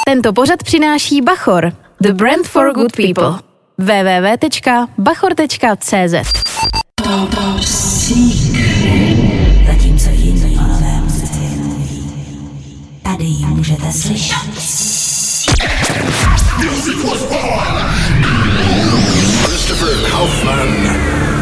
Tento pořad přináší Bachor, the brand for good people. www.bachor.cz. Zatímco jiní nové muzici neví, tady ji můžete slyšet. Christopher Kaufman.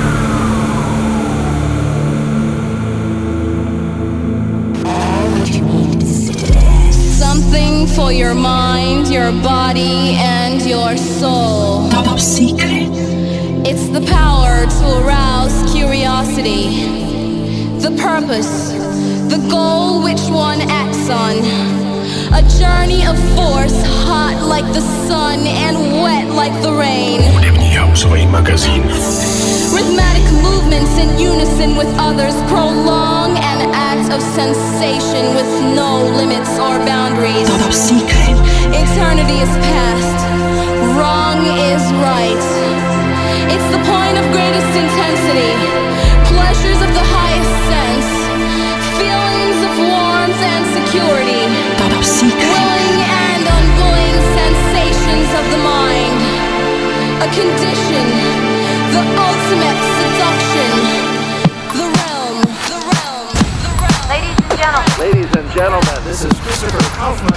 Something for your mind, your body, and your soul. Top secret. It's the power to arouse curiosity, the purpose, the goal which one acts on. A journey of force, hot like the sun and wet like the rain. Hudební houseový magazín. Rhythmic movements in unison with others prolong an act of sensation with no limits or boundaries. Top secret. Eternity is past, wrong is right. It's the point of greatest intensity, pleasures of the highest sense, feelings of warmth and security, Top secret. willing and unwilling sensations of the mind, a condition, the ultimate seduction, the realm, the realm, the realm. Ladies and gentlemen, this is Christopher Kaufman.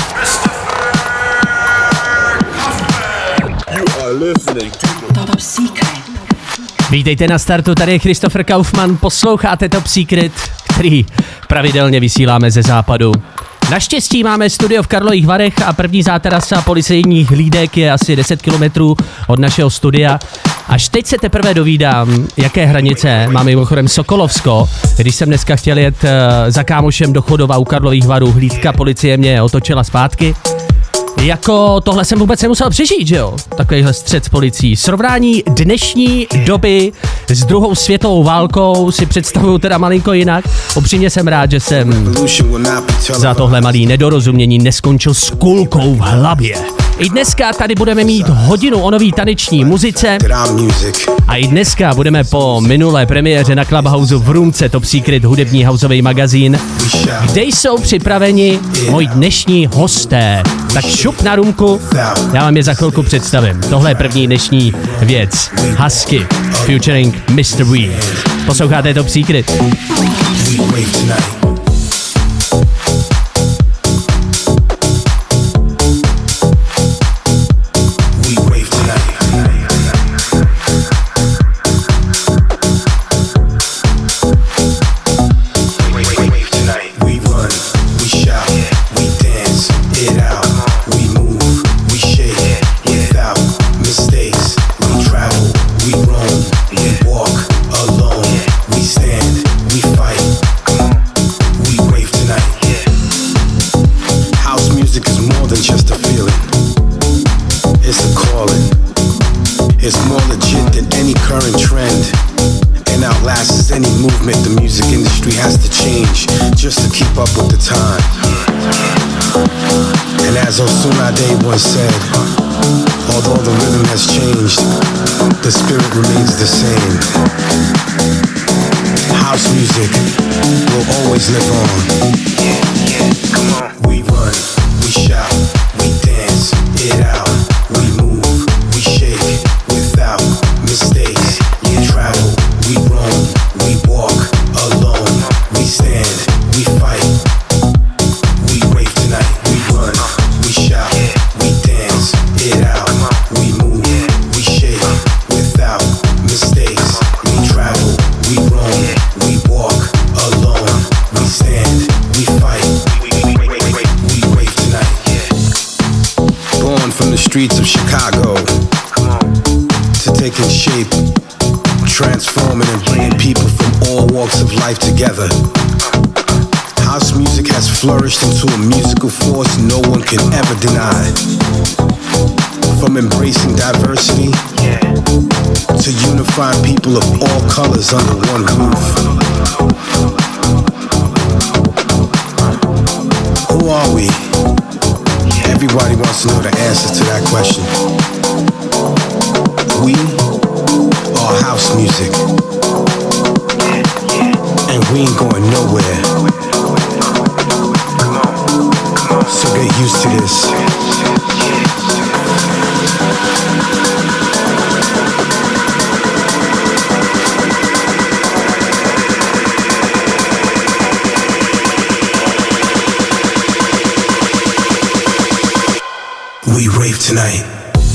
You are listening to Top secret. Vítejte na startu, tady je Christopher Kaufman, posloucháte Top Secret, který pravidelně vysíláme ze západu. Naštěstí máme studio v Karlových Varech a první záterasa policejních hlídek je asi 10 kilometrů od našeho studia. Až teď se teprve dovídám, jaké hranice má mimochodem Sokolovsko. Když jsem dneska chtěl jet za kámošem do Chodova u Karlových Varů, hlídka policie mě otočila zpátky. Jako tohle jsem vůbec nemusel přežít, že jo? Takovýhle střet s policií. Srovnání dnešní doby s druhou světovou válkou si představuju teda malinko jinak. Upřímně jsem rád, že jsem za tohle malý nedorozumění neskončil s kulkou v hlavě. I dneska tady budeme mít hodinu o nový taneční muzice a i dneska budeme po minulé premiéře na Clubhouse v Roomce Top Secret hudební houseový magazín, kde jsou připraveni moji dnešní hosté. Tak šup na Roomku, já vám je za chvilku představím. Tohle je první dnešní věc. Husky featuring Mr. Weed. Posloucháte Top Secret. Said, although the rhythm has changed, the spirit remains the same. House music will always live on. Come on. We run, we shout, we dance it out. We move, we shake without mistakes. We travel, we roam, we walk alone. We stand, we fight. We rave tonight. We run, we shout. It out. We move, we shake without mistakes. We travel, we roam, we walk alone. We stand, we fight. We wave tonight. Born from the streets of Chicago to taking shape, transforming and bringing people from all walks of life together. House music has flourished into a musical force no one can ever deny. From embracing diversity to unifying people of all colors under one roof. Who are we? Everybody wants to know the answer to that question. We are house music. And we ain't going nowhere. So get used to this. We rave tonight.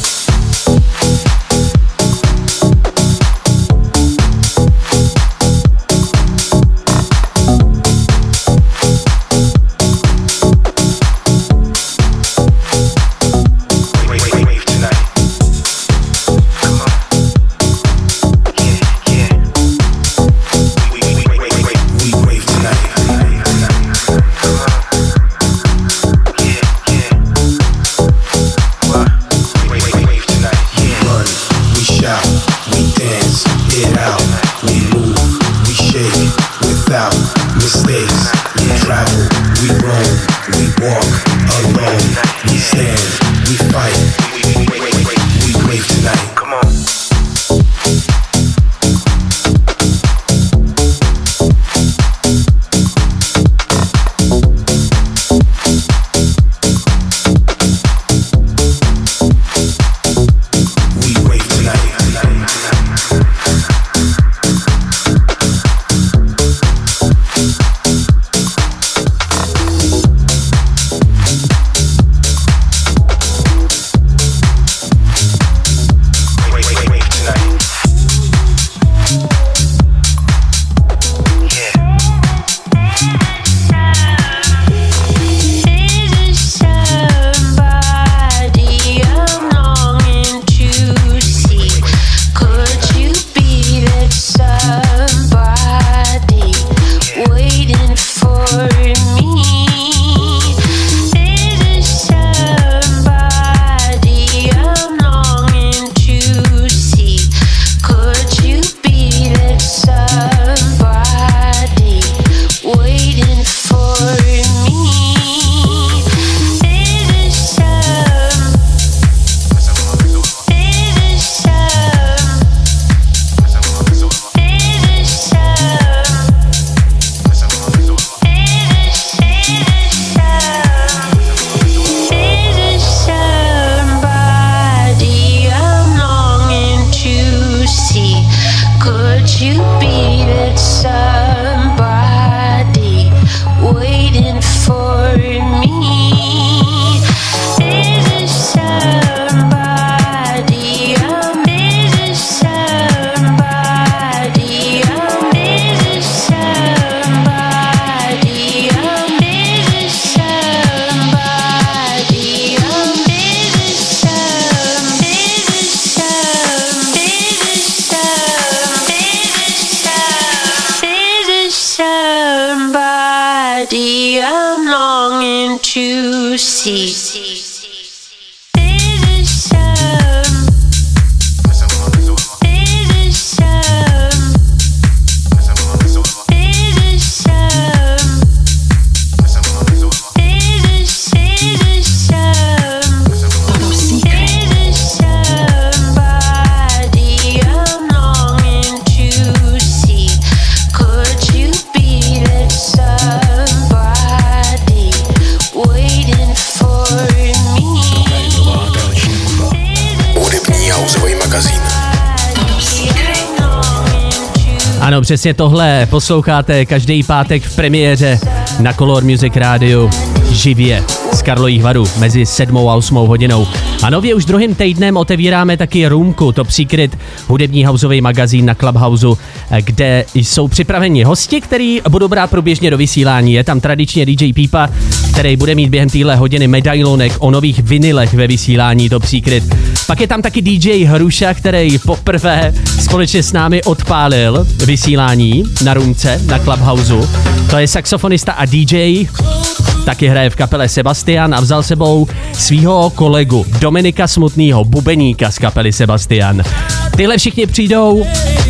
Ano, přesně tohle posloucháte každý pátek v premiéře na Color Music rádiu živě z Karlových Varů mezi 7 a 8 hodinou. A nově už druhým týdnem otevíráme taky Roomku, Top Secret, hudební houseový magazín na Clubhouse, kde jsou připraveni hosti, který budou brát průběžně do vysílání. Je tam tradičně DJ Pípa, který bude mít během téhle hodiny medailonek o nových vinylech ve vysílání Top Secret. Pak je tam taky DJ Hruša, který poprvé společně s námi odpálil vysílání na Roomce, na Clubhouse. To je saxofonista a DJ, taky hraje v kapele Sebastian a vzal sebou svýho kolegu Dominika Smutnýho, bubeníka z kapely Sebastian. Tyhle všichni přijdou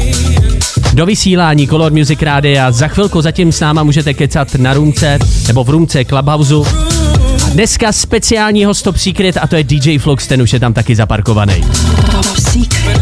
do vysílání Color Music rádia. Za chvilku zatím s náma můžete kecat na Roomce nebo v Roomce Clubhouse. Dneska speciální host Top Secret a to je DJ Flux, ten už je tam taky zaparkovaný. Top Secret.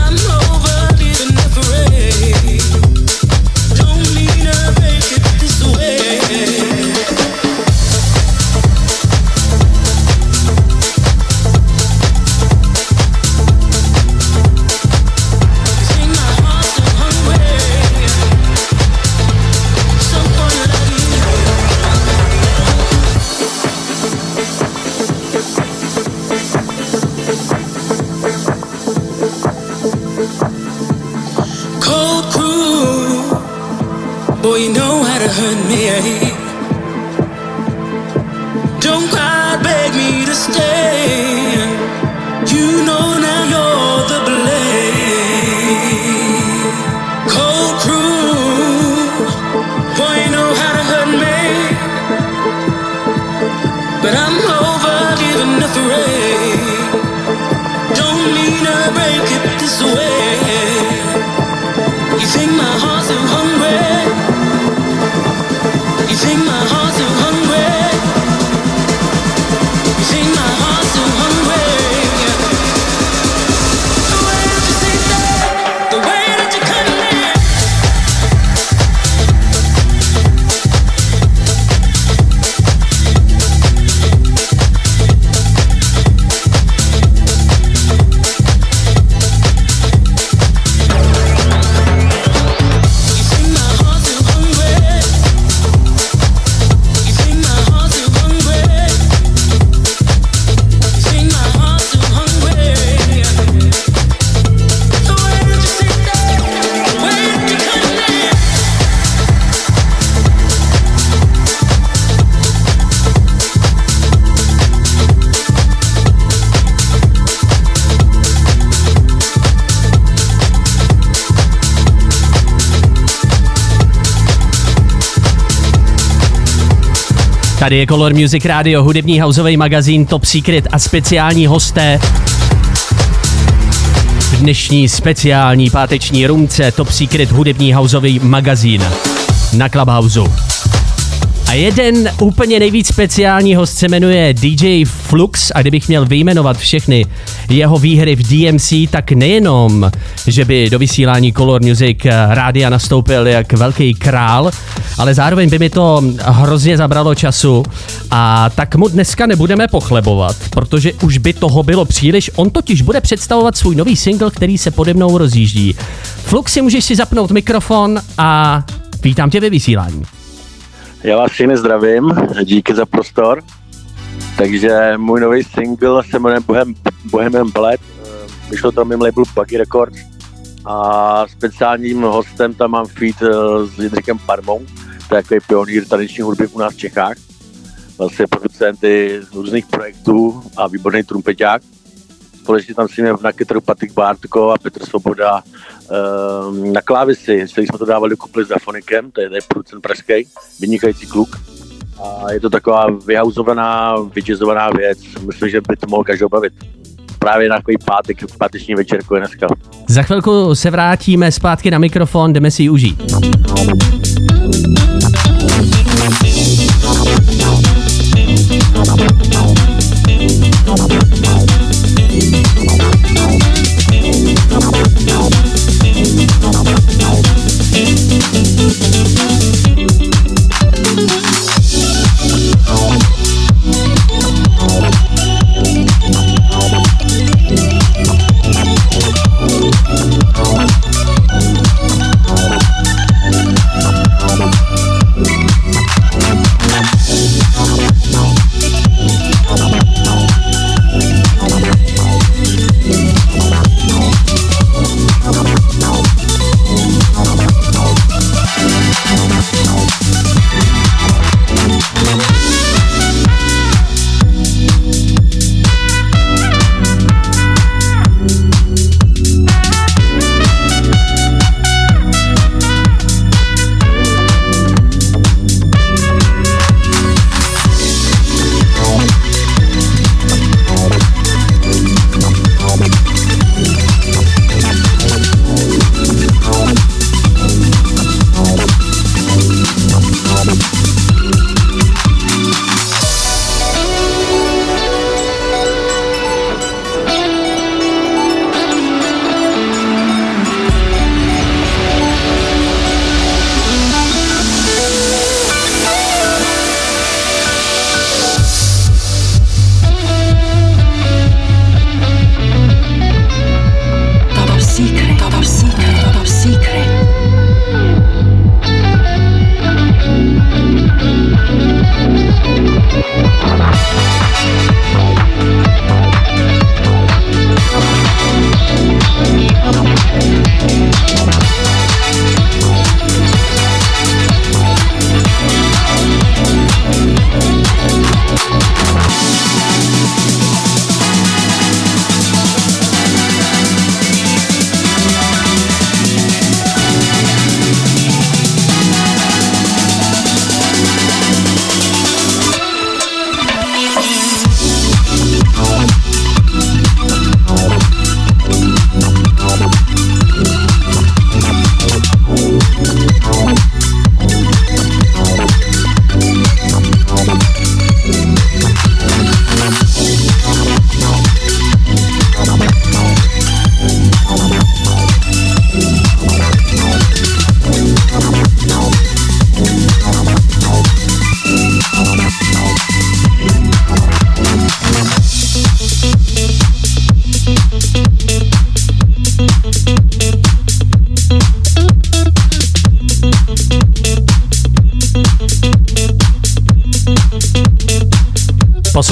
afraid. Don't mean to break it this way. You think my heart's too hungry. You think my heart's too hungry. You think my heart's too hungry. The way that you say that, the way that you cut me. Tady je Color Music Radio, hudební houseový magazín Top Secret a speciální hosté v dnešní speciální páteční roomce Top Secret hudební houseový magazín na Clubhouse. A jeden úplně nejvíc speciální host se jmenuje DJ Flux a kdybych měl vyjmenovat všechny jeho výhry v DMC, tak nejenom, že by do vysílání Color Music rádia nastoupil jak velký král, ale zároveň by mi to hrozně zabralo času a tak mu dneska nebudeme pochlebovat, protože už by toho bylo příliš. On totiž bude představovat svůj nový single, který se pode mnou rozjíždí. Fluxi, můžeš si zapnout mikrofon a vítám tě ve vysílání. Já vás všechny zdravím, díky za prostor. Takže můj nový single se jmenuje Bohemian Ballet, vyšlo to na mým labelu Buggy Records a speciálním hostem tam mám feat s Jindřichem Parmou, to je takový pionýr tradiční hudby u nás v Čechách, vlastně producenty různých projektů a výborný trumpeťák. Společně tam si mě na kytaru Patrik Bártko a Petr Svoboda na klávesi, který jsme to dávali do kuply s Dafonikem, to je producent pražský, vynikající kluk. A je to taková vyhauzovaná, vyjazzovaná věc, myslím, že by to mohl každou bavit. Právě na takový páteční večerku je dneska. Za chvilku se vrátíme zpátky na mikrofon, jdeme si ji užít.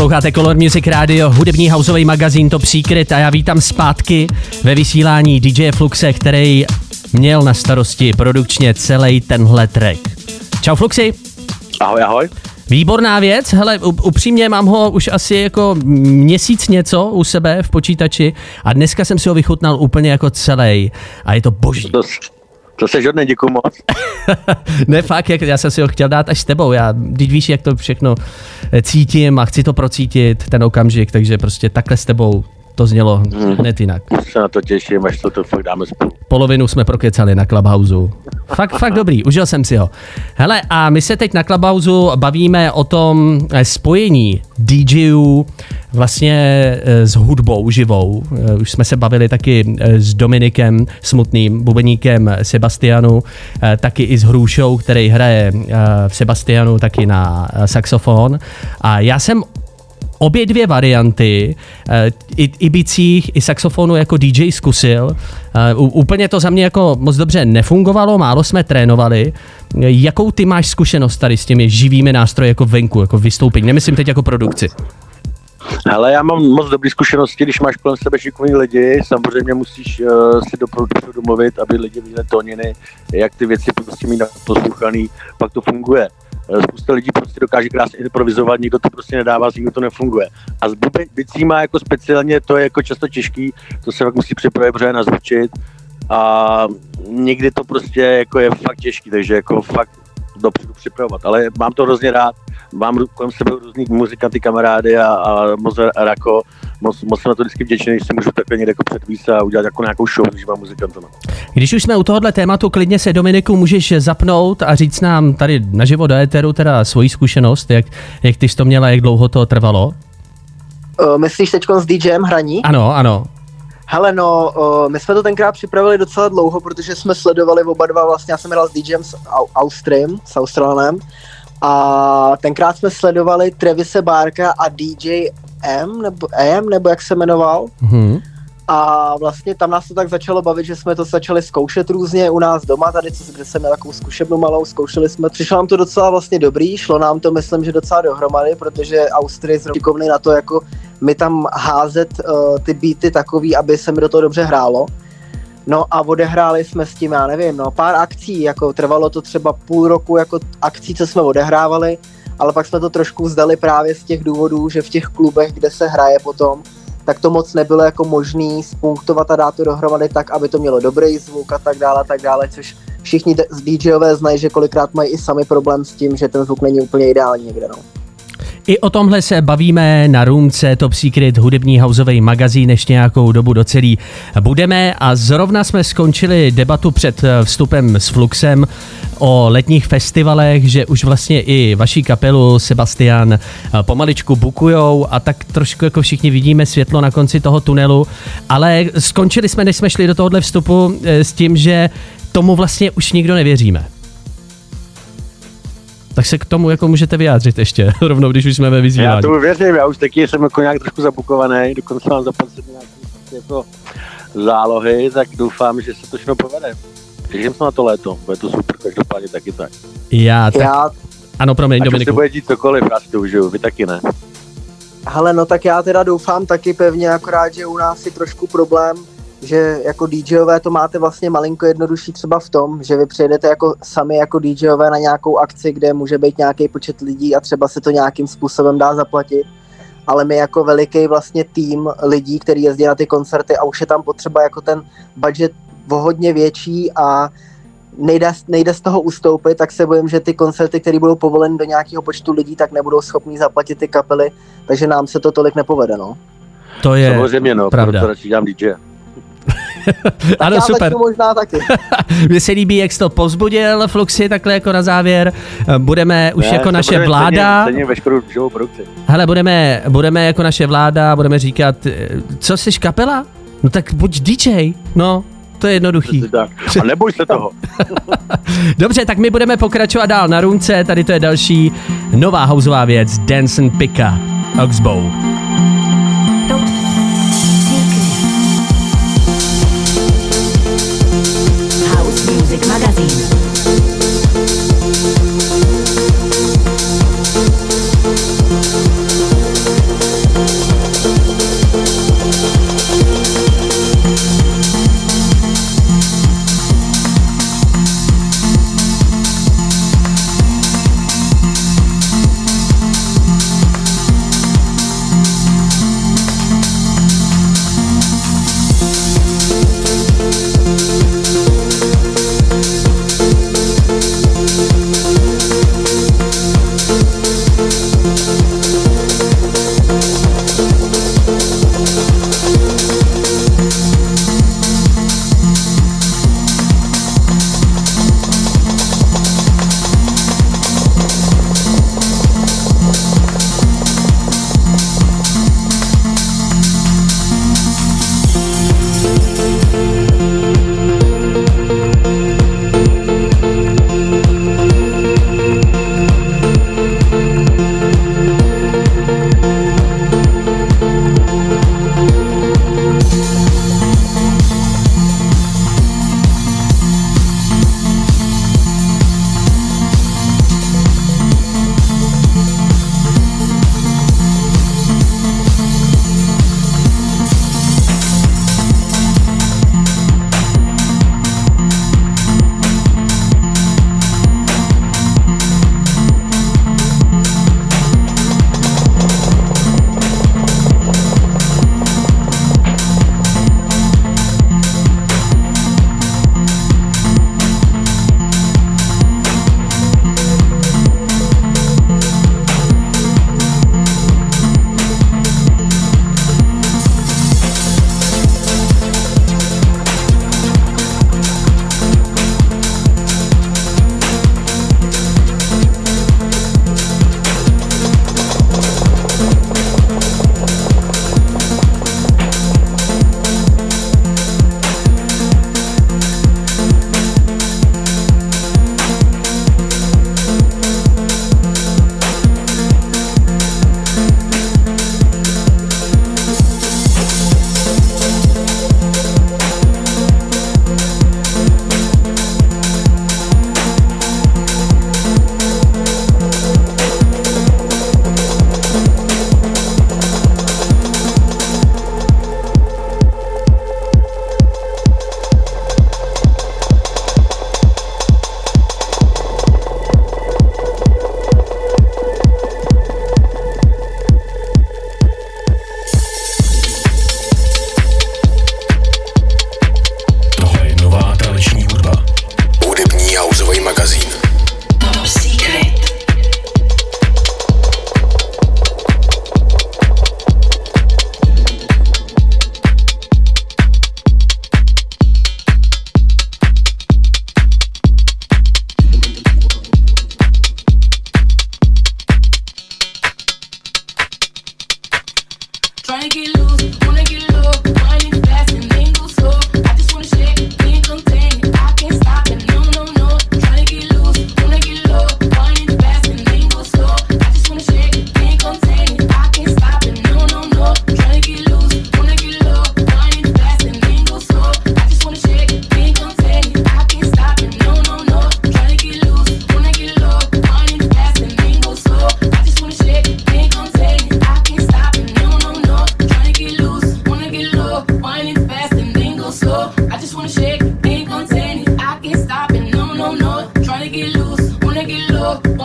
Posloucháte Color Music Radio, hudební houseový magazín Top Secret a já vítám zpátky ve vysílání DJ Fluxe, který měl na starosti produkčně celý tenhle track. Čau Fluxi. Ahoj, ahoj. Výborná věc, hele, upřímně mám ho už asi jako měsíc něco u sebe v počítači a dneska jsem si ho vychutnal úplně jako celý a je to boží. To se žodne, děkuju moc. Ne fakt, já jsem si ho chtěl dát až s tebou, teď víš, jak to všechno cítím a chci to procítit, ten okamžik, takže prostě takhle s tebou to znělo hned jinak. Se na to těším, až to fakt dáme spolu. Polovinu jsme prokecali na Clubhouse. Fakt dobrý, užil jsem si ho. Hele, a my se teď na Clubhouse bavíme o tom spojení DJů vlastně s hudbou živou. Už jsme se bavili taky s Dominikem Smutným, bubeníkem Sebastianu, taky i s Hrušou, který hraje v Sebastianu taky na saxofon. A já jsem obě dvě varianty, i bicích, i saxofonu jako DJ zkusil. Úplně to za mě jako moc dobře nefungovalo, málo jsme trénovali. Jakou ty máš zkušenost tady s těmi živými nástroji jako venku, jako vystoupení? Nemyslím teď jako produkci. Hele, já mám moc dobré zkušenosti, když máš kolem sebe šikovní lidi, samozřejmě musíš si dopředu domluvit, aby lidi viděli tóniny, jak ty věci prostě mít poslouchaný, pak to funguje. Spousta lidí prostě dokáže krásně improvizovat, nikdo to prostě nedává, nikdo to nefunguje. A s bicíma jako speciálně to je jako často těžký, to se fakt musí připravit, protože nazvučit a někdy to prostě jako je fakt těžký, takže jako fakt dopředu připravovat, ale mám to hrozně rád, mám kolem sebe různý muzikanty, kamarády a moc rako, moc jsem na to vždycky vděčný, když se můžu takhle někde jako předvíst a udělat jako nějakou show s živým muzikantama. Když už jsme u tohohle tématu, klidně se Dominiku můžeš zapnout a říct nám tady naživo do éteru teda svoji zkušenost, jak ty jsi to měla, jak dlouho to trvalo? Myslíš teďkon s DJem hraní? Ano. Hele no, my jsme to tenkrát připravili docela dlouho, protože jsme sledovali oba dva, vlastně já jsem hrál s DJem s Australanem a tenkrát jsme sledovali Travise Barka a DJ M, nebo jak se jmenoval. Mm-hmm. A vlastně tam nás to tak začalo bavit, že jsme to začali zkoušet různě u nás doma, tady kde jsem měl takovou zkušebnu malou, zkoušeli jsme, přišlo nám to docela vlastně dobrý, šlo nám to myslím, že docela dohromady, protože Austrie je šikovný na to jako my tam házet ty beaty takový, aby se mi do toho dobře hrálo. No a odehráli jsme s tím, já nevím, pár akcí, jako trvalo to třeba půl roku jako akcí, co jsme odehrávali, ale pak jsme to trošku vzdali právě z těch důvodů, že v těch klubech, kde se hraje potom, tak to moc nebylo jako možný spunktovat a dát to dohromady tak, aby to mělo dobrý zvuk a tak dále, což všichni DJové znají, že kolikrát mají i sami problém s tím, že ten zvuk není úplně ideální někde, no. I o tomhle se bavíme na Roomce Top Secret, hudební houseový magazín, ještě nějakou dobu docelý budeme a zrovna jsme skončili debatu před vstupem s Fluxem o letních festivalech, že už vlastně i vaši kapelu Sebastian pomaličku bukujou a tak trošku jako všichni vidíme světlo na konci toho tunelu, ale skončili jsme, než jsme šli do tohohle vstupu s tím, že tomu vlastně už nikdo nevěříme. Tak se k tomu jako můžete vyjádřit ještě, rovnou, když už jsme ve vysílání. Já tomu věřím, já už taky jsem jako nějak trošku zabukovaný, dokonce mám zaplacený nějaký jako zálohy, tak doufám, že se to všechno povede. Těším se na to léto, bude to super, každopádně taky tak. Ano, promiň, Dominiku. Ať se bude dít cokoliv, já si to užiju, vy taky ne. Hele, no tak já teda doufám taky pevně, akorát, že u nás je trošku problém, že jako DJové to máte vlastně malinko jednodušší třeba v tom, že vy přijedete jako sami jako DJové na nějakou akci, kde může být nějaký počet lidí a třeba se to nějakým způsobem dá zaplatit, ale my jako veliký vlastně tým lidí, který jezdí na ty koncerty a už je tam potřeba jako ten budget o hodně větší a nejde z toho ustoupit, tak se bojím, že ty koncerty, které budou povoleny do nějakého počtu lidí, tak nebudou schopní zaplatit ty kapely, takže nám se to tolik nepovede, no. To je samozřejmě, pravda. Proto radši dělám DJ. Ano, super. Možná taky. Mně se líbí, jak jsi to povzbudil, Fluxy, takhle jako na závěr. Budeme už jako naše vláda. Cením veškerou živou produkci. Hele, budeme jako naše vláda, budeme říkat, co jsi kapela? No tak buď DJ, no. To je jednoduchý. A neboj se toho. Dobře, tak my budeme pokračovat dál na Roomce. Tady to je další nová houseová věc. Dance and Pika, Oxbow. House Music Magazine.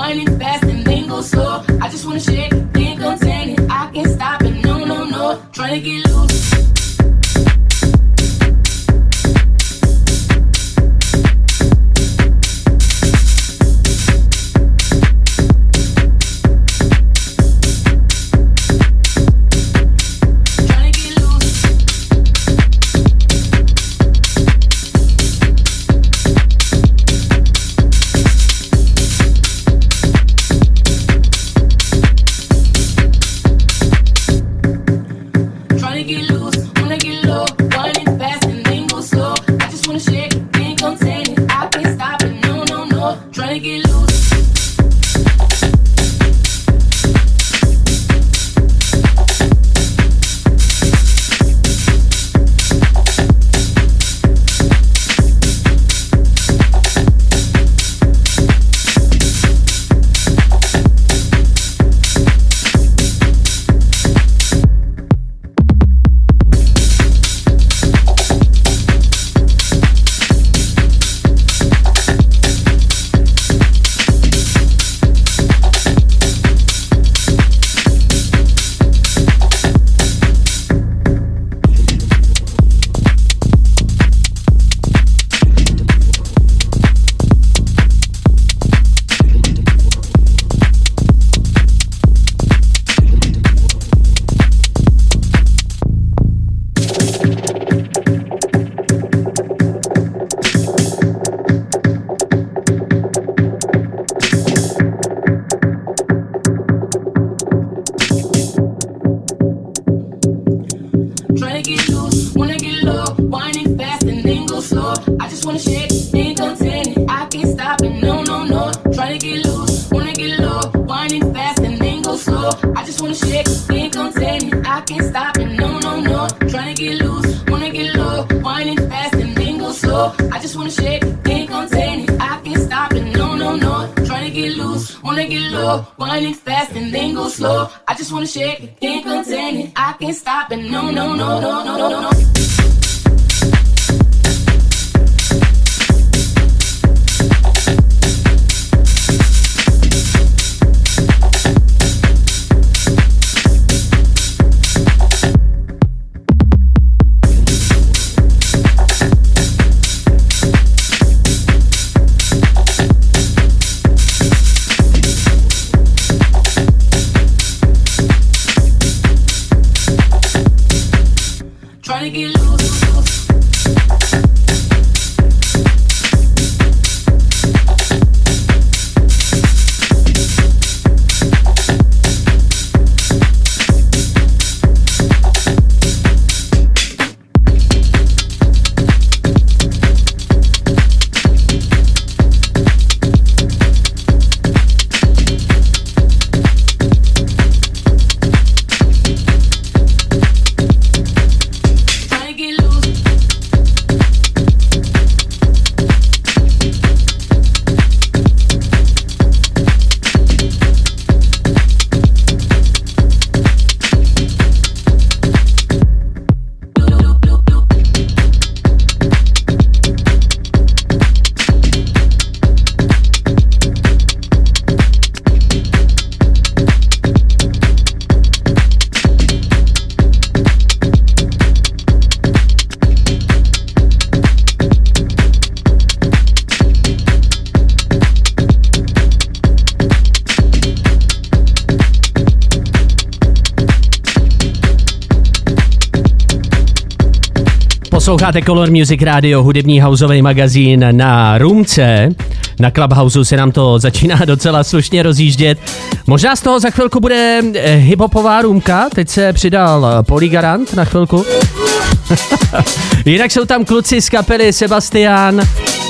winding fast and then go slow. I just wanna shake, can't contain it. I can't stop it, no, no, no. Trying to get loose. Posloucháte Color Music Radio, hudební houseový magazín na Roomce. Na Clubhouse se nám to začíná docela slušně rozjíždět. Možná z toho za chvilku bude hiphopová roomka, teď se přidal Polygarant na chvilku. Jinak jsou tam kluci z kapely Sebastian,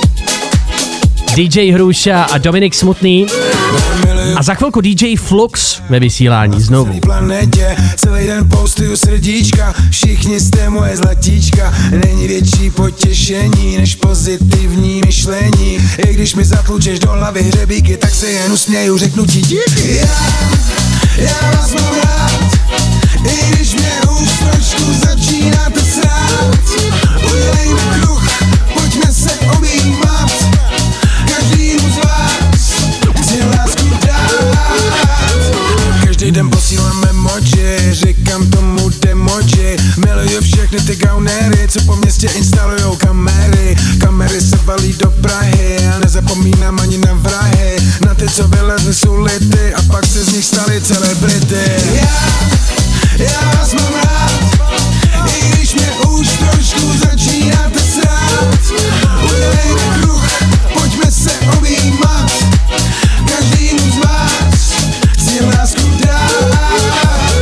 DJ Hruša a Dominik Smutný. A za chvilku DJ Flux ve vysílání znovu. Planetě, celý den postuju srdíčka, všichni jste moje zlatíčka, není větší potěšení než pozitivní myšlení. I když mi zatlučeš do hlavy hřebíky, tak se jen usměju, řeknu ti díky. Já vás mám rád, i když mě už trošku začínáte srát. Udělejme kruh, pojďme se objímat, každýmu z vás chci lásku dát. Miluju všechny ty gaunery, co po městě instalujou kamery. Kamery se valí do Prahy a nezapomínám ani na vrahy. Na ty, co vylezly z ulity a pak se z nich staly celebrity. Já vás mám rád, i když mě už trošku začínáte srát. Udělejme kruh, pojďme se objímat. Každýmu z vás chci lásku dát.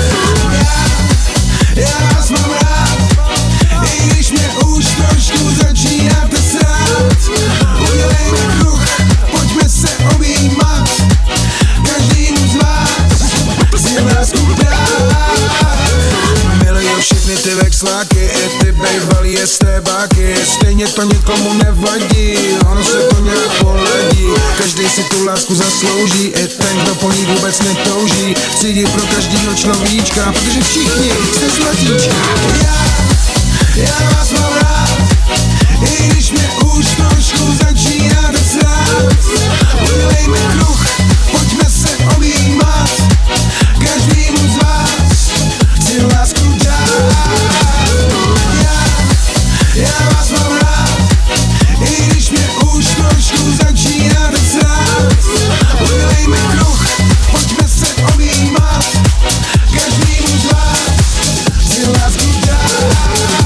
Já vás mám rád, i když mě už trošku začínáte srát. Udělejme kruh, pojďme se objímat. Každýmu z vás chci lásku dát. Miluju všechny ty vexláky, i ty bejvalý estébáky. Stejně to nikomu nevadí, ono se to nějak poladí. Každý si tu lásku zaslouží, i ten, kdo po ní vůbec netouží. Chci pro každýho človíčka, protože všichni jste zlatíčka. Já vás mám rád, i když mě už trošku začínáte srát. Udělejme kruh, pojďme se objímat. Každýmu z vás chci lásku dát. Já vás mám rád, i když mě už trošku začínáte srát. Udělejme kruh, pojďme se objímat. Každýmu z vás chci lásku dát.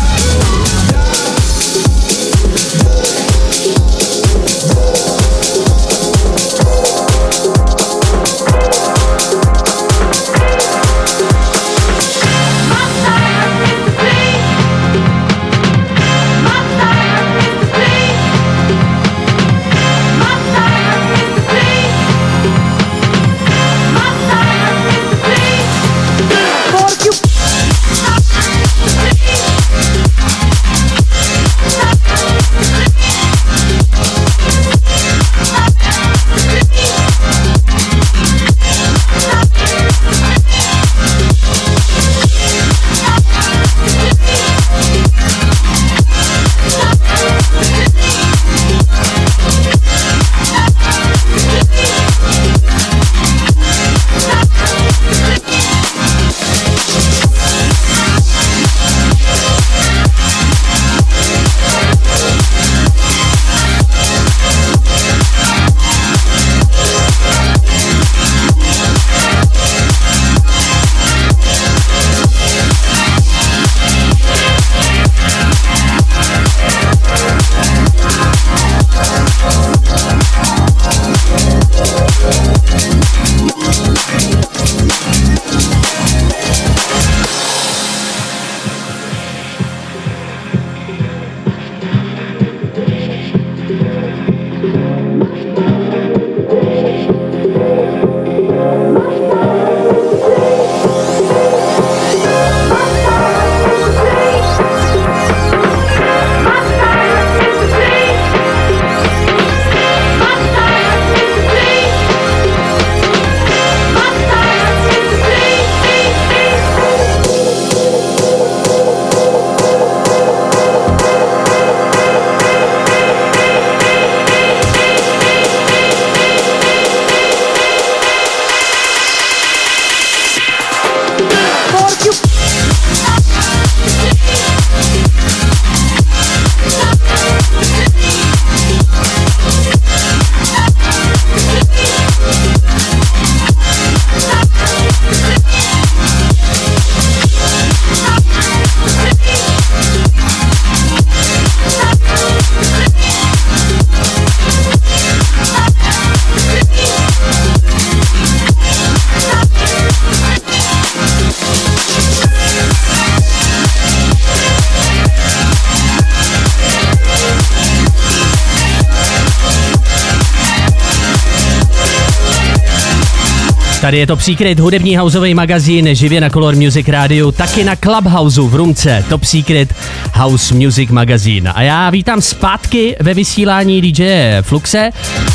Tady je to Top Secret, hudební houseový magazín, živě na Color Music Radio, taky na Clubhouseu v Rumce, Top Secret House Music Magazine. A já vítám zpátky ve vysílání DJ Fluxe.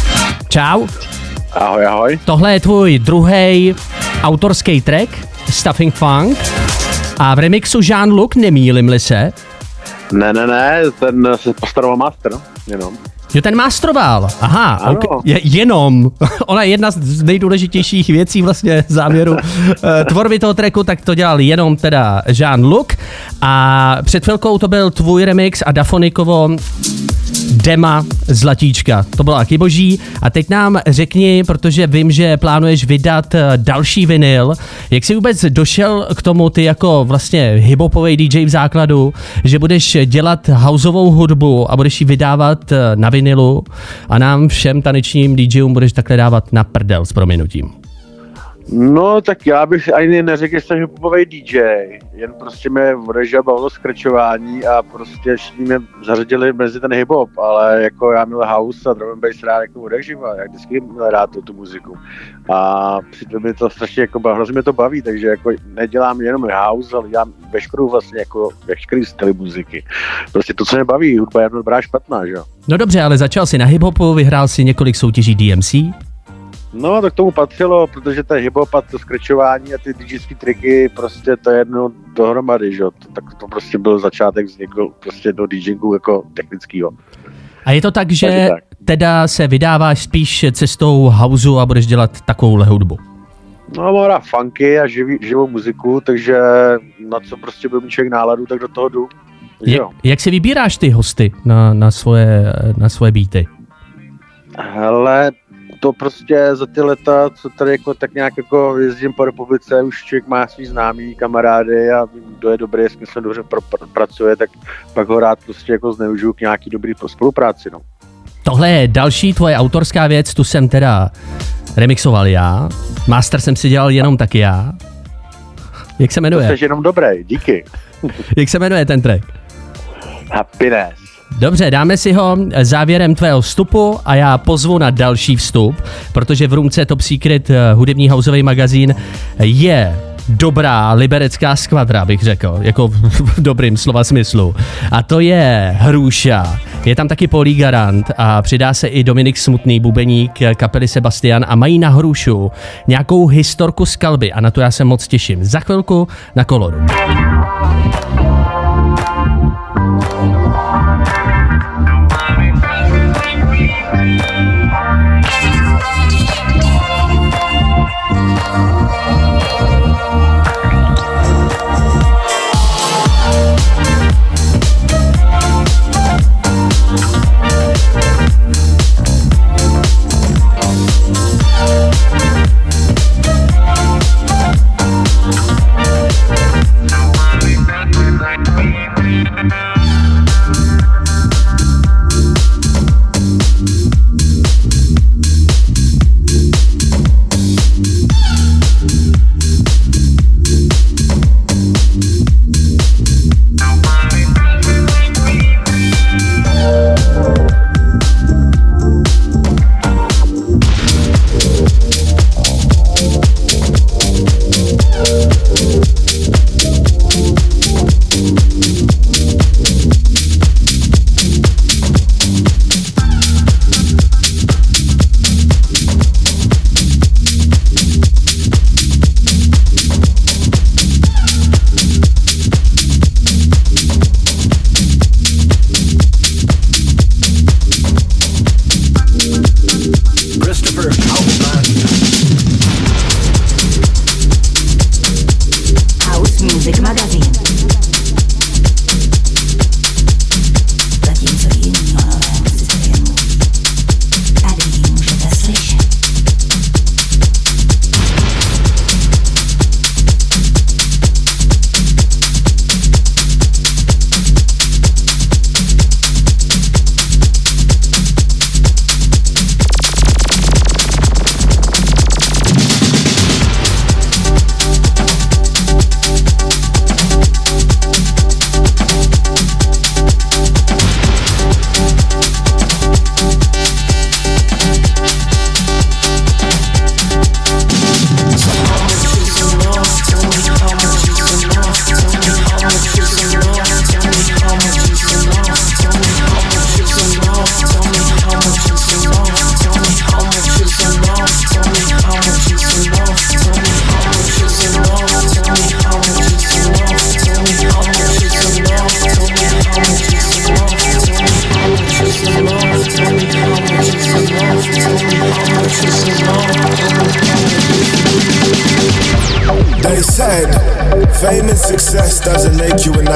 Čau. Ahoj, ahoj. Tohle je tvůj druhý autorský track, Stuffing Funk. A v remixu Jean-Luc, nemýlim-li se? Ne, ten se postaroval master, jenom. Jo, ten masteroval, aha, okay. Jenom. Ona je jedna z nejdůležitějších věcí vlastně závěru tvorby toho tracku, tak to dělal jenom teda Jean-Luc a před chvilkou to byl tvůj remix a Dafonikovo Dema Zlatíčka. To bylo taky boží. A teď nám řekni, protože vím, že plánuješ vydat další vinyl, jak jsi vůbec došel k tomu ty jako vlastně hiphopovej DJ v základu, že budeš dělat houseovou hudbu a budeš ji vydávat na vinylu a nám všem tanečním DJům budeš takhle dávat na prdel s prominutím. No, tak já bych ani neřekl, že jsem hiphopovej DJ, jen prostě mě odežel bavilo skračování a prostě všichni mě zařadili mezi ten hiphop, ale jako já měl house a drum and bass rád jako odeživa, jak vždycky měl rád tu muziku. A přitom mi to strašně jako hrozně mě to baví, takže jako nedělám jenom house, ale dělám veškerou vlastně jako veškerý styly muziky. Prostě to, co mě baví, hudba je dobrá špatná, že jo. No dobře, ale začal si na hiphopu, vyhrál si několik soutěží DMC. No, tak tomu patřilo, protože ten hip-hop a to skračování a ty DJský triky, prostě to je jedno dohromady, že jo. Tak to prostě byl začátek vznikl prostě do DJingu jako technickýho. A je to tak, že teda se vydáváš spíš cestou houseu a budeš dělat takovouhle hudbu? No, mám rád funky a živou muziku, takže na co prostě byl člověk náladu, tak do toho jdu. Jak si vybíráš ty hosty na svoje beaty? Hele, to prostě za ty leta, co tady jako tak nějak jako jezdím po republice, už člověk má svý známý kamarády a kdo je dobrý, s kým se dobře pracuje, tak pak ho rád prostě jako zneužiju k nějaký dobrý spolupráci, no. Tohle je další tvoje autorská věc, tu jsem teda remixoval já, master jsem si dělal jenom taky já. Jak se jmenuje? To jsi jenom dobrý, díky. Jak se jmenuje ten track? Happiness. Dobře, dáme si ho závěrem tvého vstupu a já pozvu na další vstup, protože v Roomce Top Secret hudební houseový magazín je dobrá liberecká skvadra, bych řekl, jako v dobrým slova smyslu. A to je Hrůša, je tam taky Polí Garant a přidá se i Dominik Smutný, bubeník kapely Sebastian a mají na Hrůšu nějakou historku z kalby a na to já se moc těším. Za chvilku na Koloru.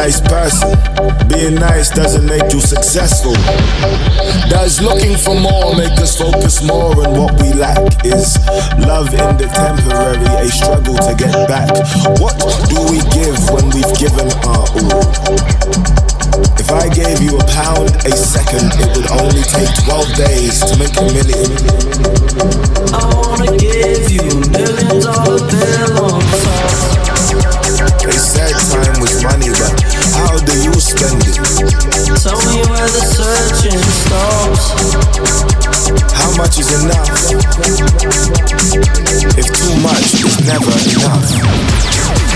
nice person. Being nice doesn't make you successful. Does looking for more make us focus more on what we lack? Is love in the temporary a struggle to get back? What do we give when we've given our all? If I gave you £1 a second, it would only take 12 days to make $1 million. I wanna give you $1 million bill on top. They said time was money, but how do you spend it? Tell me where the searching stops. How much is enough? If too much is never enough.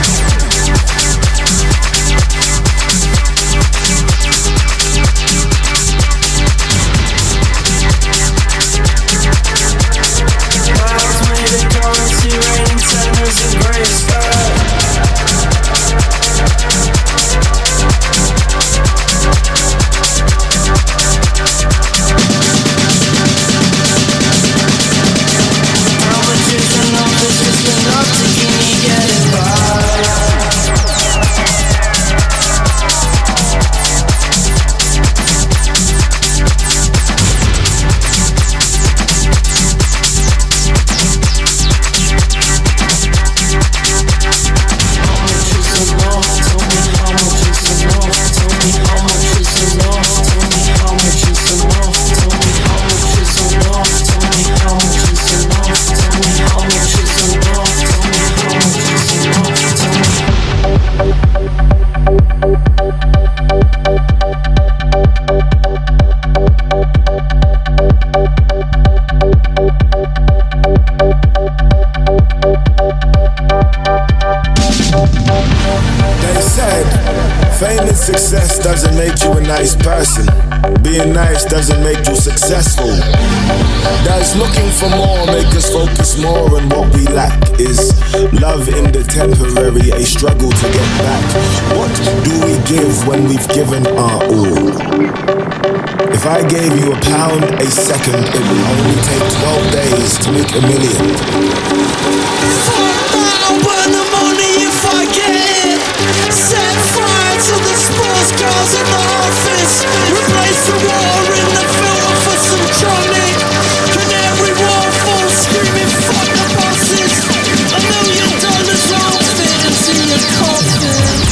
Success doesn't make you a nice person. Being nice doesn't make you successful. Does looking for more make us focus more on what we lack? Is love in the temporary a struggle to get back? What do we give when we've given our all? If I gave you £1 a second, it would only take 12 days to make $1 million. Fuck now, burn the money if I get it. Set fire to the sports cars in the office. Replace the war in the film for some tonic. Canary waffle screaming fuck the bosses. $1 million won't fit into your coffin.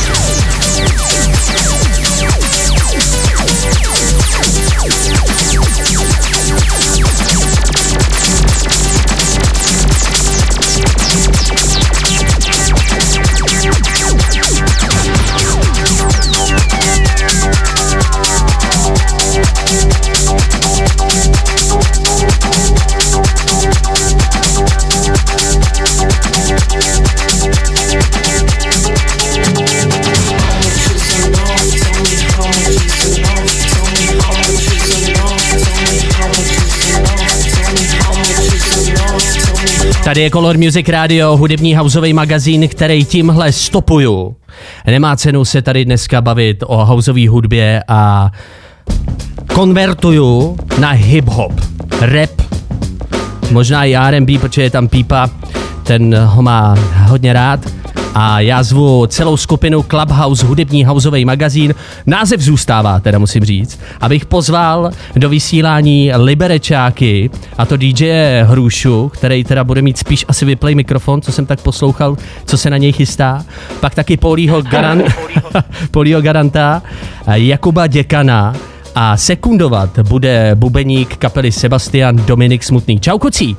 Tady je Color Music Radio, hudební houseový magazín, který tímhle stopuju. Nemá cenu se tady dneska bavit o houseové hudbě a konvertuju na hip-hop, rap, možná i R&B, protože je tam Pípa, ten ho má hodně rád. A já zvu celou skupinu Clubhouse, hudební houseový magazín, název zůstává, teda musím říct, abych pozval do vysílání Liberečáky, a to DJ Hrušu, který teda bude mít spíš asi vyplay mikrofon, co jsem tak poslouchal, co se na něj chystá, pak taky Polího Garanta, Jakuba Děkana a sekundovat bude bubeník kapely Sebastian Dominik Smutný. Čau kucí!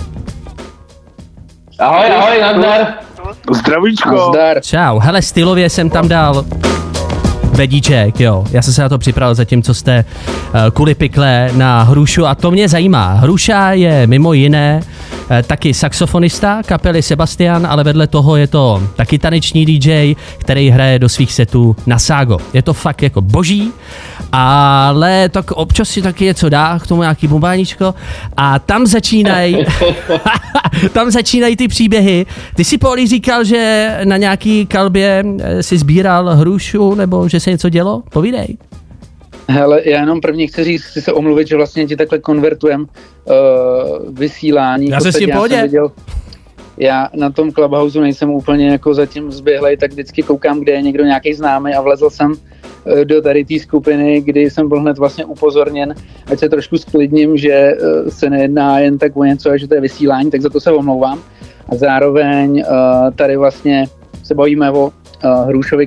Ahoj, nazdar! Zdravíčko. Zdar. Čau, hele, stylově jsem tam dal vedíček, jo. Já jsem se na to připravil zatím, co jste kuli pikle na Hrušu a to mě zajímá. Hruša je mimo jiné taky saxofonista kapely Sebastian, ale vedle toho je to taky taneční DJ, který hraje do svých setů na ságo. Je to fakt jako boží, ale tak občas si taky něco dá, k tomu nějaký bumbáníčko a tam začínají ty příběhy. Ty si, Poli, říkal, že na nějaký kalbě si sbíral hrušu, nebo že se něco dělo? Povídej. Hele, já jenom první chci se omluvit, že vlastně ti takhle konvertujem vysílání. Já se s tím pohodě. já na tom Clubhouse nejsem úplně jako zatím zběhlej, tak vždycky koukám, kde je někdo nějaký známý a vlezl jsem do tady té skupiny, kdy jsem byl hned vlastně upozorněn, ať se trošku sklidním, že se nejedná jen tak o něco, že to je vysílání, tak za to se omlouvám. A zároveň tady vlastně se bavíme o Hrušovi,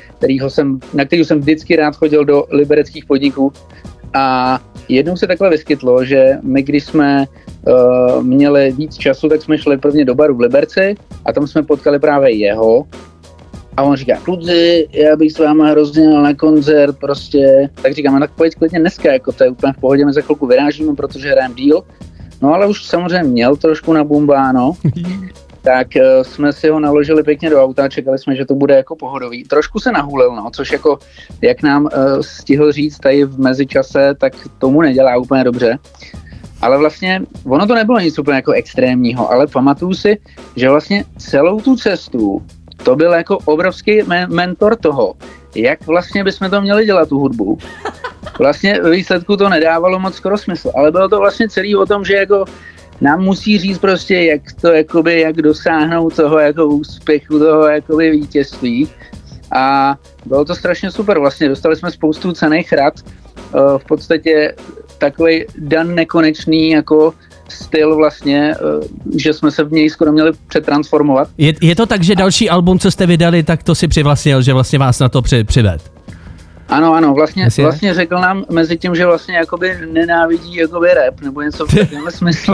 na kterýho jsem vždycky rád chodil do libereckých podniků. A jednou se takhle vyskytlo, že my, když jsme měli víc času, tak jsme šli prvně do baru v Liberci a tam jsme potkali právě jeho. A on říká, kluci, já bych s váma hrozně jel na koncert, prostě. Tak říkám, tak pojď klidně dneska, jako to je úplně v pohodě, my za chvilku vyrážíme, protože hrajeme díl. No ale už samozřejmě měl trošku nabumbáno, tak jsme si ho naložili pěkně do auta a čekali jsme, že to bude jako pohodový. Trošku se nahulil, no, což jako, jak nám stihl říct tady v mezičase, tak tomu nedělá úplně dobře. Ale vlastně, ono to nebylo nic úplně jako extrémního, ale pamatuju si, že vlastně celou tu cestu to byl jako obrovský mentor toho, jak vlastně bychom to měli dělat, tu hudbu. Vlastně v výsledku to nedávalo moc skoro smysl, ale bylo to vlastně celý o tom, že jako nám musí říct prostě, jak to jakoby, jak dosáhnout toho jako úspěchu, toho jakoby vítězství. A bylo to strašně super, vlastně dostali jsme spoustu cenných rad, v podstatě takový dan nekonečný jako styl vlastně, že jsme se v něj skoro měli přetransformovat. Je to tak, že další album, co jste vydali, tak to si přivlastnil, že vlastně vás na to přived? Ano, vlastně řekl nám mezi tím, že vlastně jakoby nenávidí jakoby rap, nebo něco v takovém smyslu.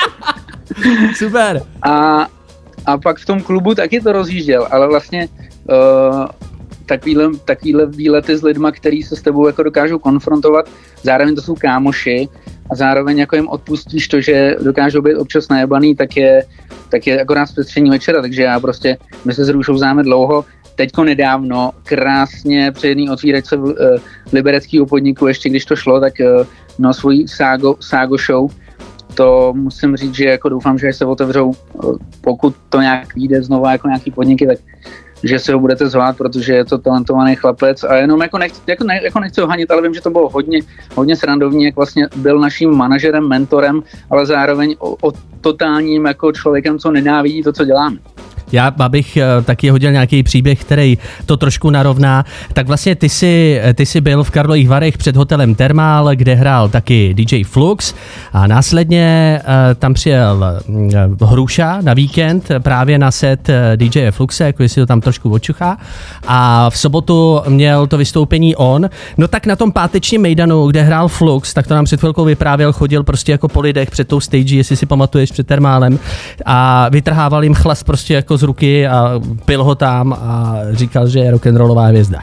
Super. A pak v tom klubu taky to rozjížděl, ale vlastně takovýhle výlety s lidma, který se s tebou jako dokážou konfrontovat, zároveň to jsou kámoši a zároveň jako jim odpustíš to, že dokážou být občas najebaný, tak je akorát zpestření večera, takže my se s Růšou známe dlouho. Teďko nedávno, krásně při jedný otvíračce v libereckého podniku, ještě když to šlo, tak svojí Ságo show, to musím říct, že jako doufám, že se otevřou, pokud to nějak vyjde znova jako nějaký podniky, tak že si ho budete zvát, protože je to talentovaný chlapec a jenom jako nechci ho hanit, ale vím, že to bylo hodně srandovní, jak vlastně byl naším manažerem, mentorem, ale zároveň o totálním jako člověkem, co nenávidí to, co děláme. Já abych taky hodil nějaký příběh, který to trošku narovná. Tak vlastně ty jsi byl v Karlových Varech před hotelem Thermal, kde hrál taky DJ Flux a následně tam přijel Hruša na víkend právě na set DJ Fluxe, jako jestli to tam trošku očuchá. A v sobotu měl to vystoupení on. No tak na tom pátečním mejdanu, kde hrál Flux, tak to nám před chvilkou vyprávěl, chodil prostě jako po lidech před tou stage, jestli si pamatuješ, před Thermálem a vytrhával jim chlast prostě jako z ruky a pil ho tam a říkal, že je rock'n'rollová hvězda.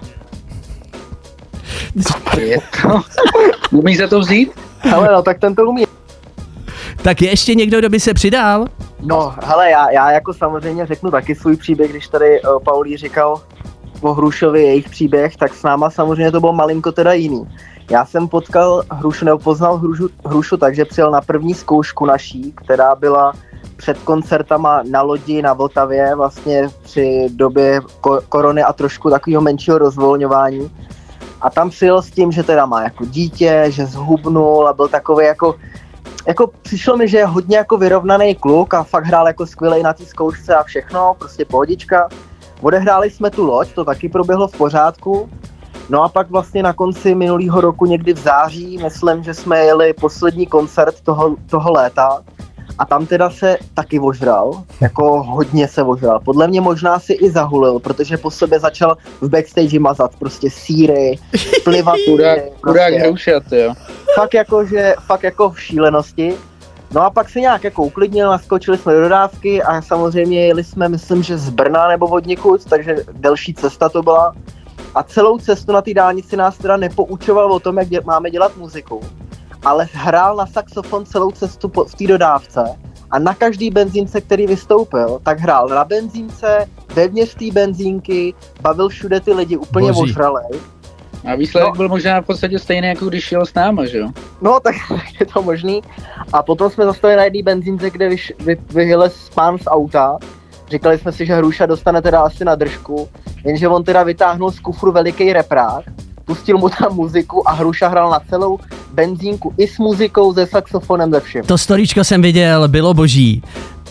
Je to? Umí se to vzít? Hele, no tak ten to umí. Tak je ještě někdo, kdo by se přidal? No, hele, já jako samozřejmě řeknu taky svůj příběh, když tady Paulí říkal o Hrušovi jejich příběh, tak s náma samozřejmě to bylo malinko teda jiný. Já jsem poznal Hrušu tak, že přijel na první zkoušku naší, která byla před koncertama na lodi na Vltavě, vlastně při době korony a trošku takového menšího rozvolňování. A tam přijel s tím, že teda má jako dítě, že zhubnul a byl takový jako přišlo mi, že je hodně jako vyrovnaný kluk a fakt hrál jako skvělej na té zkoušce a všechno, prostě pohodička. Odehráli jsme tu loď, to taky proběhlo v pořádku. No a pak vlastně na konci minulého roku, někdy v září, myslím, že jsme jeli poslední koncert toho léta. A tam teda se taky ožral, jako hodně se ožral. Podle mě možná si i zahulil, protože po sobě začal v backstage mazat prostě sýry, plivat. Chudák Hrušat, jo. Fakt jako v šílenosti. No a pak se nějak jako uklidnil, naskočili jsme do dodávky a samozřejmě jeli jsme, myslím, že z Brna nebo odnikud, takže delší cesta to byla. A celou cestu na té dálnici nás teda nepoučoval o tom, jak máme dělat muziku, ale hrál na saxofon celou cestu v té dodávce a na každý benzínce, který vystoupil, tak hrál na benzínce, vevnitř té benzínky, bavil všude ty lidi úplně ožralej. A výsledek byl možná v podstatě stejný, jako když šel s náma, že jo? No, tak je to možný. A potom jsme zastavili na jedné benzínce, kde vyhylez pán z auta. Říkali jsme si, že Hruša dostane teda asi na držku, jenže on teda vytáhnul z kufru veliký reprák, pustil mu tam muziku a Hruša hrál na celou benzínku i s muzikou, se saxofonem, ze všem. To storíčko jsem viděl, bylo boží.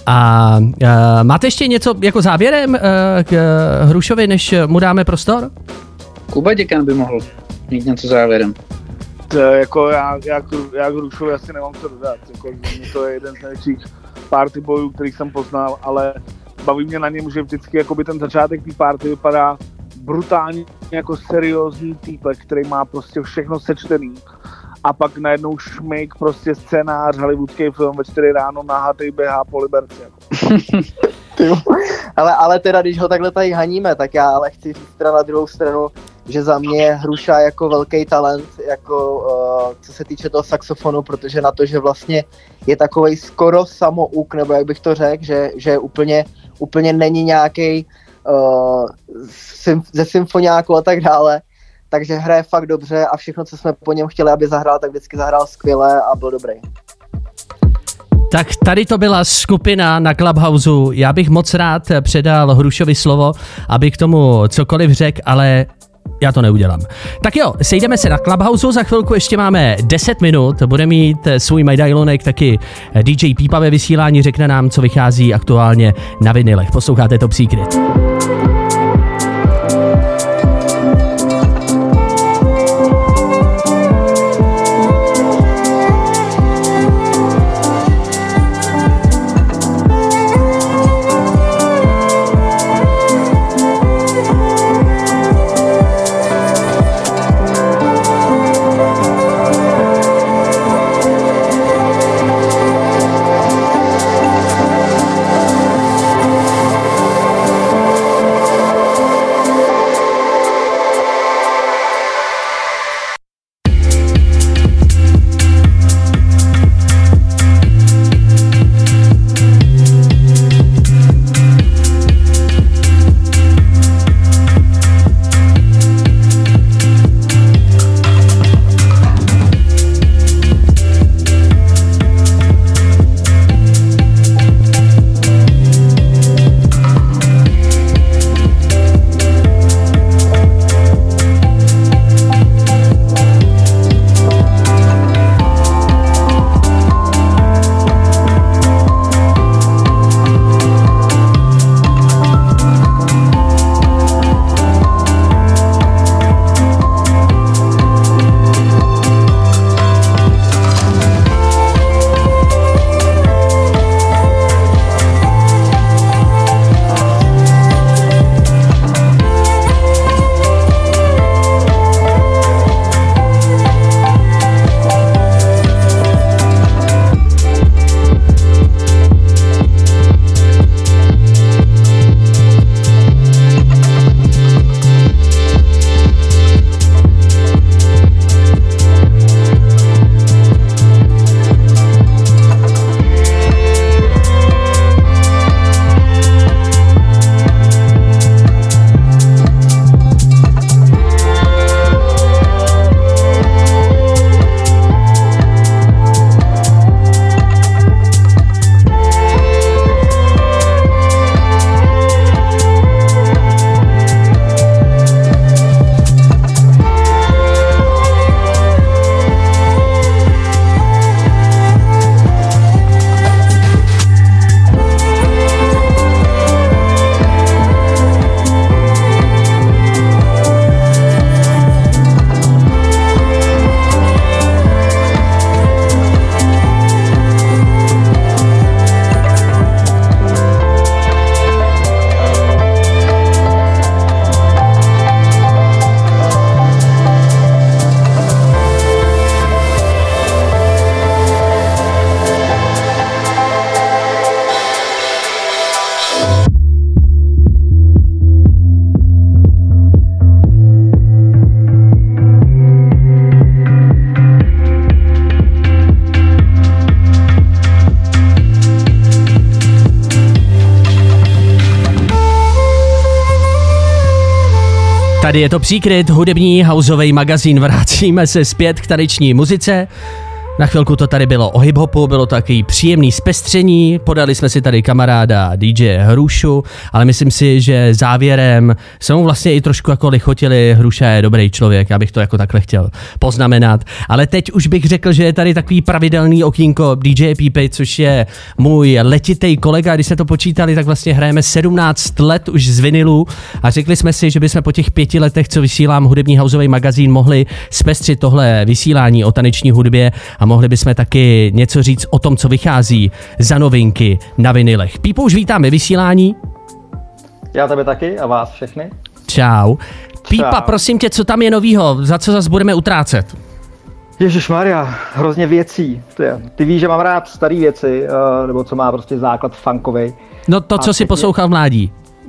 A máte ještě něco jako závěrem k Hrušovi, než mu dáme prostor? Kuba Děkan by mohl mít něco závěrem. Jako já k Hrušovi asi nemám co dodat. Jako, to je jeden z největších party bojů, který jsem poznal, ale baví mě na něm, že vždycky jakoby ten začátek té party vypadá brutálně jako seriózní týpek, který má prostě všechno sečtený. A pak najednou šmejk, prostě scénář, hollywoodský film ve 4 ráno nahatej běhá po Liberci. Jako. ale teda, když ho takhle tady haníme, tak já ale chci říct teda na druhou stranu, že za mě je Hruša jako velký talent, jako co se týče toho saxofonu, protože na to, že vlastně je takovej skoro samouk, nebo jak bych to řekl, že úplně není nějaký ze symfoniáku a tak dále, takže hraje fakt dobře a všechno, co jsme po něm chtěli, aby zahrál, tak vždycky zahrál skvěle a byl dobrý. Tak tady to byla skupina na Clubhouseu. Já bych moc rád předal Hrušovi slovo, aby k tomu cokoliv řekl, ale já to neudělám. Tak jo, sejdeme se na Clubhouseu, za chvilku ještě máme 10 minut, bude mít svůj medailonek taky DJ Pípa ve vysílání, řekne nám, co vychází aktuálně na vinylech. Posloucháte Top Secret. Tady je Top Secret, hudební houseový magazín. Vracíme se zpět k taneční muzice. Na chvilku to tady bylo o hip-hopu, bylo to takový příjemný zpestření, podali jsme si tady kamaráda DJ Hrušu, ale myslím si, že závěrem se mu vlastně i trošku jako lichotili. Hruša je dobrý člověk, já bych to jako takhle chtěl poznamenat. Ale teď už bych řekl, že je tady takový pravidelný okýnko DJ Pípy, což je můj letitej kolega. Když jsme to počítali, tak vlastně hrajeme 17 let už z vinilu a řekli jsme si, že bychom po těch 5 letech, co vysílám hudební houseový magazín, mohli zpestřit tohle vysílání o taneční hudbě a mohli bychom taky něco říct o tom, co vychází za novinky na vinilech. Pípo, už vítáme vysílání. Já tebe taky a vás všechny. Čau. Pípa, prosím tě, co tam je novýho? Za co zase budeme utrácet? Ježišmarja, hrozně věcí. Ty víš, že mám rád staré věci, nebo co má prostě základ funkovej. No to, co si poslouchal v mládí.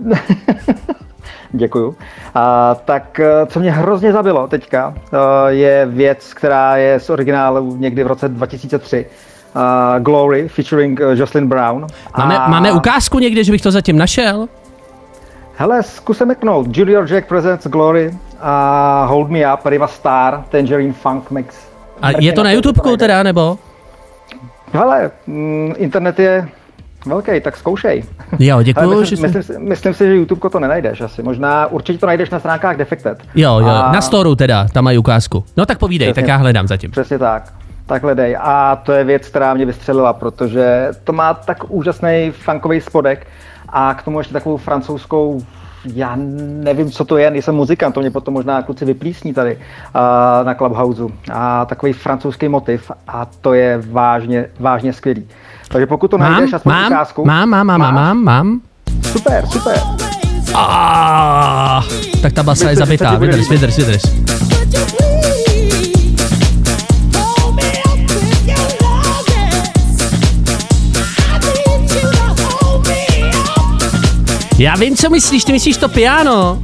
Děkuju. Tak co mě hrozně zabilo teďka, je věc, která je z originálu někdy v roce 2003. Glory featuring Jocelyn Brown. Máme ukázku někde, že bych to zatím našel? Hele, zkuseme meknout. Junior Jack presents Glory a Hold Me Up, Riva Star, Tangerine Funk Mix. A je to na YouTubeku teda, nebo? Hele, internet je velký, tak zkoušej. Jo, děkuju. Myslím si, že YouTubeko to nenajdeš asi. Možná určitě to najdeš na stránkách Defected. Jo, na Storu teda, tam mají ukázku. No tak povídej, přesně, tak já hledám zatím. Přesně tak. Tak hledej. A to je věc, která mě vystřelila, protože to má tak úžasný funkový spodek a k tomu ještě takovou francouzskou, já nevím, co to je, nejsem muzikant, to mě potom možná kluci vyplísní tady na Clubhouse. A takový francouzský motiv a to je vážně skvělý. Takže pokud to najdeš, aspoň ukázku. Mám. Super. Tak ta basa je zabitá, vydrž. Já vím, co myslíš, ty myslíš to piano.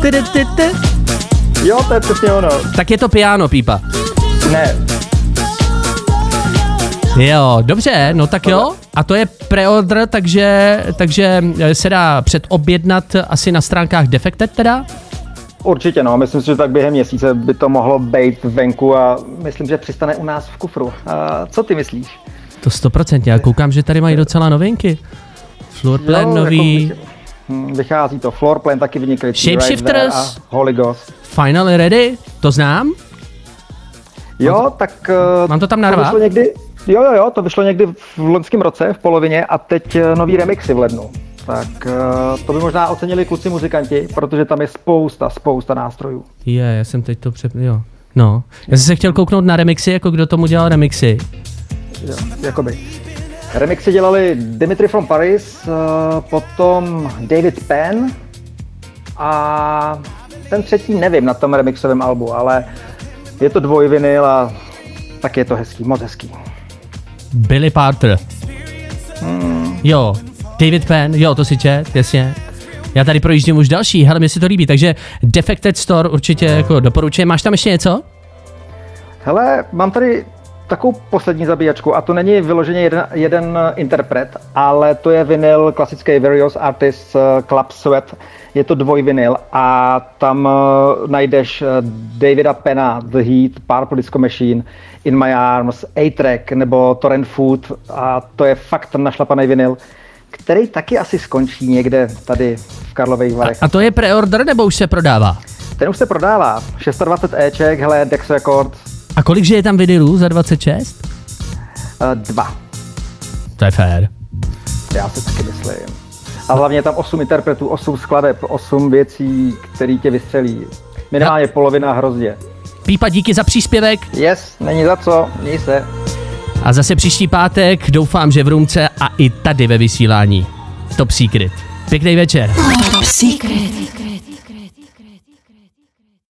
Jo, to je přesně ono. Tak je to piano, Pípa. Ne. Jo, dobře, no tak jo. A to je preorder, takže se dá předobjednat asi na stránkách Defected teda? Určitě no, myslím si, že tak během měsíce by to mohlo být venku a myslím, že přistane u nás v kufru. Co ty myslíš? To 100%, já koukám, že tady mají docela novinky. Floorplan nový. Vychází to, Floorplan taky vynikající. Shapeshifters a Holy Ghost. Finally Ready, to znám? Jo, tak... Mám to tam narvat? Jo, to vyšlo někdy v loňském roce, v polovině a teď nový remixy v lednu. Tak to by možná ocenili kluci muzikanti, protože tam je spousta nástrojů. Já jsem teď to jo. No, já jsem se chtěl kouknout na remixy, jako kdo tomu dělal remixy. Jo, jakoby. Remixy dělali Dimitri from Paris, potom David Penn a ten třetí nevím na tom remixovém albu, ale je to dvojvinyl a tak je to hezký, moc hezký. Billy Porter. Jo, David Penn, jo, to si čet, jasně. Já tady projíždím už další, hele, mně si to líbí, takže Defected Store určitě jako doporučuji. Máš tam ještě něco? Hele, mám tady takovou poslední zabíjačku a to není vyloženě jeden interpret, ale to je vinyl klasický Various Artists Club Sweat. Je to dvojvinyl a tam najdeš Davida Penna, The Heat, Purple Disco Machine, In My Arms, A-Track nebo Torrent Food a to je fakt našlapaný vinyl, který taky asi skončí někde tady v Karlových Varech. A to je preorder nebo už se prodává? Ten už se prodává. 26 Eček, hele, Dex Records. A kolik je tam vinylů za 26? 2. To je fér. Já si taky myslím. A hlavně je tam 8 interpretů, 8 skladeb, 8 věcí, které tě vystřelí. Minimálně polovina hrozdě. Pípa, díky za příspěvek. Yes, není za co, měj se. A zase příští pátek, doufám, že v Roomce a i tady ve vysílání. Top Secret. Pěkný večer. Top Secret.